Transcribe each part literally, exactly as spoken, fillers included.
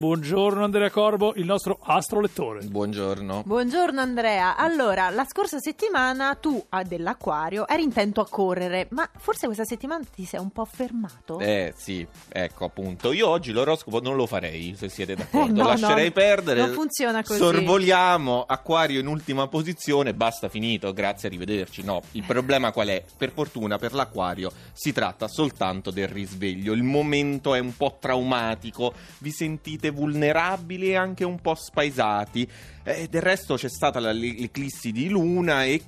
Buongiorno Andrea Corbo, il nostro astrolettore. Buongiorno. Buongiorno Andrea. Allora, la scorsa settimana tu a dell'Acquario eri intento a correre, ma forse questa settimana ti sei un po' fermato? Eh sì, ecco appunto. Io oggi l'oroscopo non lo farei, se siete d'accordo. no, Lascerei no, perdere. Non funziona così. Sorvoliamo, Acquario in ultima posizione, basta, finito, grazie, arrivederci. No, il problema qual è? Per fortuna per l'Acquario si tratta soltanto del risveglio. Il momento è un po' traumatico, vi sentite vulnerabili e anche un po' spaesati. Eh, del resto c'è stata la, l'eclissi di luna e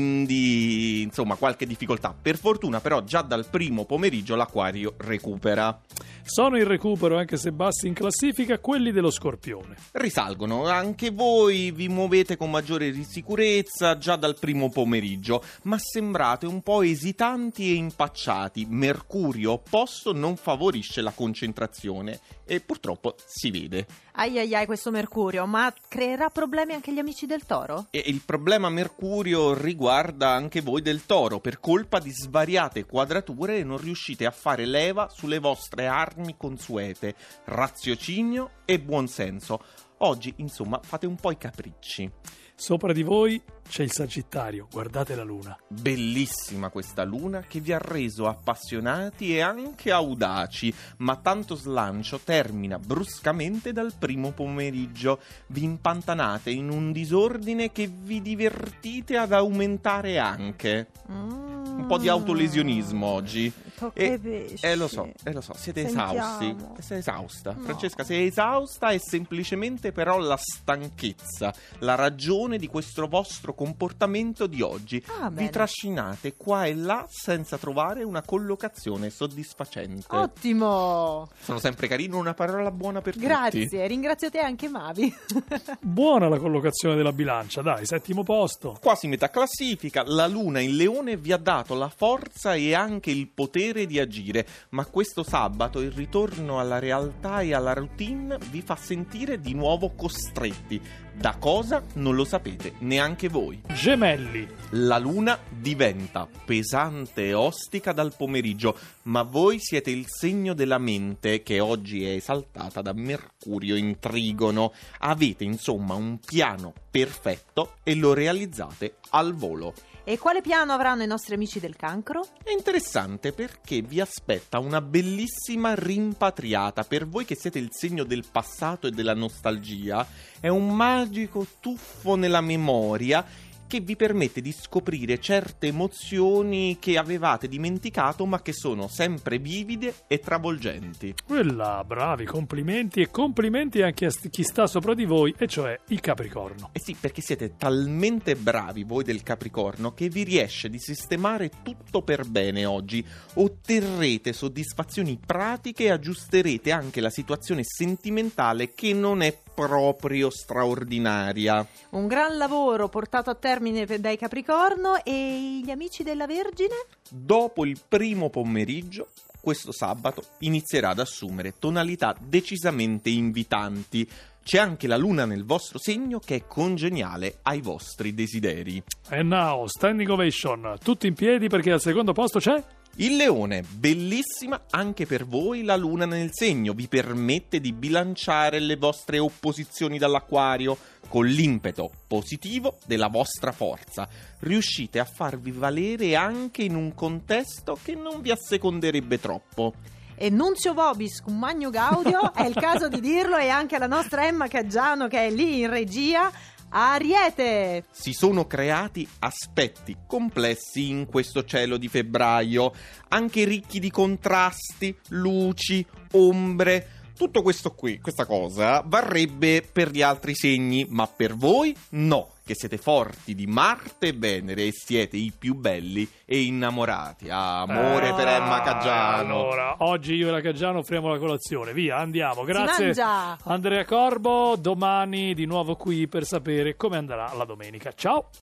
quindi insomma qualche difficoltà. Per fortuna però già dal primo pomeriggio l'Acquario recupera. Sono in recupero, anche se bassi in classifica, quelli dello Scorpione. Risalgono, anche voi vi muovete con maggiore sicurezza già dal primo pomeriggio, ma sembrate un po' esitanti e impacciati. Mercurio opposto non favorisce la concentrazione e purtroppo si vede. Ai ai ai, questo Mercurio, ma creerà problemi anche agli amici del Toro? E il problema Mercurio riguarda anche voi del Toro. Per colpa di svariate quadrature non riuscite a fare leva sulle vostre armi consuete, raziocinio e buonsenso. Oggi, insomma, fate un po' i capricci. Sopra di voi c'è il Sagittario, guardate la luna. Bellissima questa luna che vi ha reso appassionati e anche audaci, ma tanto slancio termina bruscamente dal primo pomeriggio. Vi impantanate in un disordine che vi divertite ad aumentare anche. Mm. Un po' di autolesionismo oggi. E, pesci. Eh lo so, eh lo so, siete Sentiamo. esausti. Sei esausta. No. Francesca, sei esausta e semplicemente però la stanchezza, la ragione di questo vostro comportamento di oggi. Ah, vi bene. trascinate qua e là senza trovare una collocazione soddisfacente. Ottimo! Sono sempre carino, una parola buona per Grazie, tutti. ringrazio te anche Mavi. Buona la collocazione della bilancia, dai, settimo posto. Quasi metà classifica, la luna in Leone vi ha dato la forza e anche il potere di agire, ma questo sabato il ritorno alla realtà e alla routine vi fa sentire di nuovo costretti. Da cosa? Non lo sapete neanche voi. Gemelli. La luna diventa pesante e ostica dal pomeriggio, ma voi siete il segno della mente che oggi è esaltata da Mercurio in Trigono. Avete insomma un piano perfetto e lo realizzate al volo. E quale piano avranno i nostri amici del Cancro? È interessante perché vi aspetta una bellissima rimpatriata. Per voi che siete il segno del passato e della nostalgia, è un magico tuffo nella memoria che vi permette di scoprire certe emozioni che avevate dimenticato ma che sono sempre vivide e travolgenti. Quella, bravi, complimenti e complimenti anche a st- chi sta sopra di voi, e cioè il Capricorno. Eh sì, perché siete talmente bravi voi del Capricorno che vi riesce di sistemare tutto per bene oggi. Otterrete soddisfazioni pratiche e aggiusterete anche la situazione sentimentale che non è proprio straordinaria. Un gran lavoro portato a termine per- dai Capricorno. E gli amici della Vergine? Dopo il primo pomeriggio, questo sabato inizierà ad assumere tonalità decisamente invitanti. C'è anche la luna nel vostro segno che è congeniale ai vostri desideri. E now, standing ovation, tutti in piedi perché al secondo posto c'è... Il Leone, bellissima anche per voi la luna nel segno, vi permette di bilanciare le vostre opposizioni dall'Acquario con l'impeto positivo della vostra forza. Riuscite a farvi valere anche in un contesto che non vi asseconderebbe troppo. E Nunzio Vobis cum magno gaudio, è il caso di dirlo, e anche la nostra Emma Caggiano che è lì in regia. Ariete! Si sono creati aspetti complessi in questo cielo di febbraio, anche ricchi di contrasti, luci, ombre. Tutto questo qui, questa cosa, varrebbe per gli altri segni, ma per voi no, che siete forti di Marte e Venere e siete i più belli e innamorati. Ah, amore Ah, per Emma Caggiano. Allora, oggi io e la Caggiano offriamo la colazione, via, andiamo. Grazie Si mangia! Andrea Corbo, domani di nuovo qui per sapere come andrà la domenica. Ciao!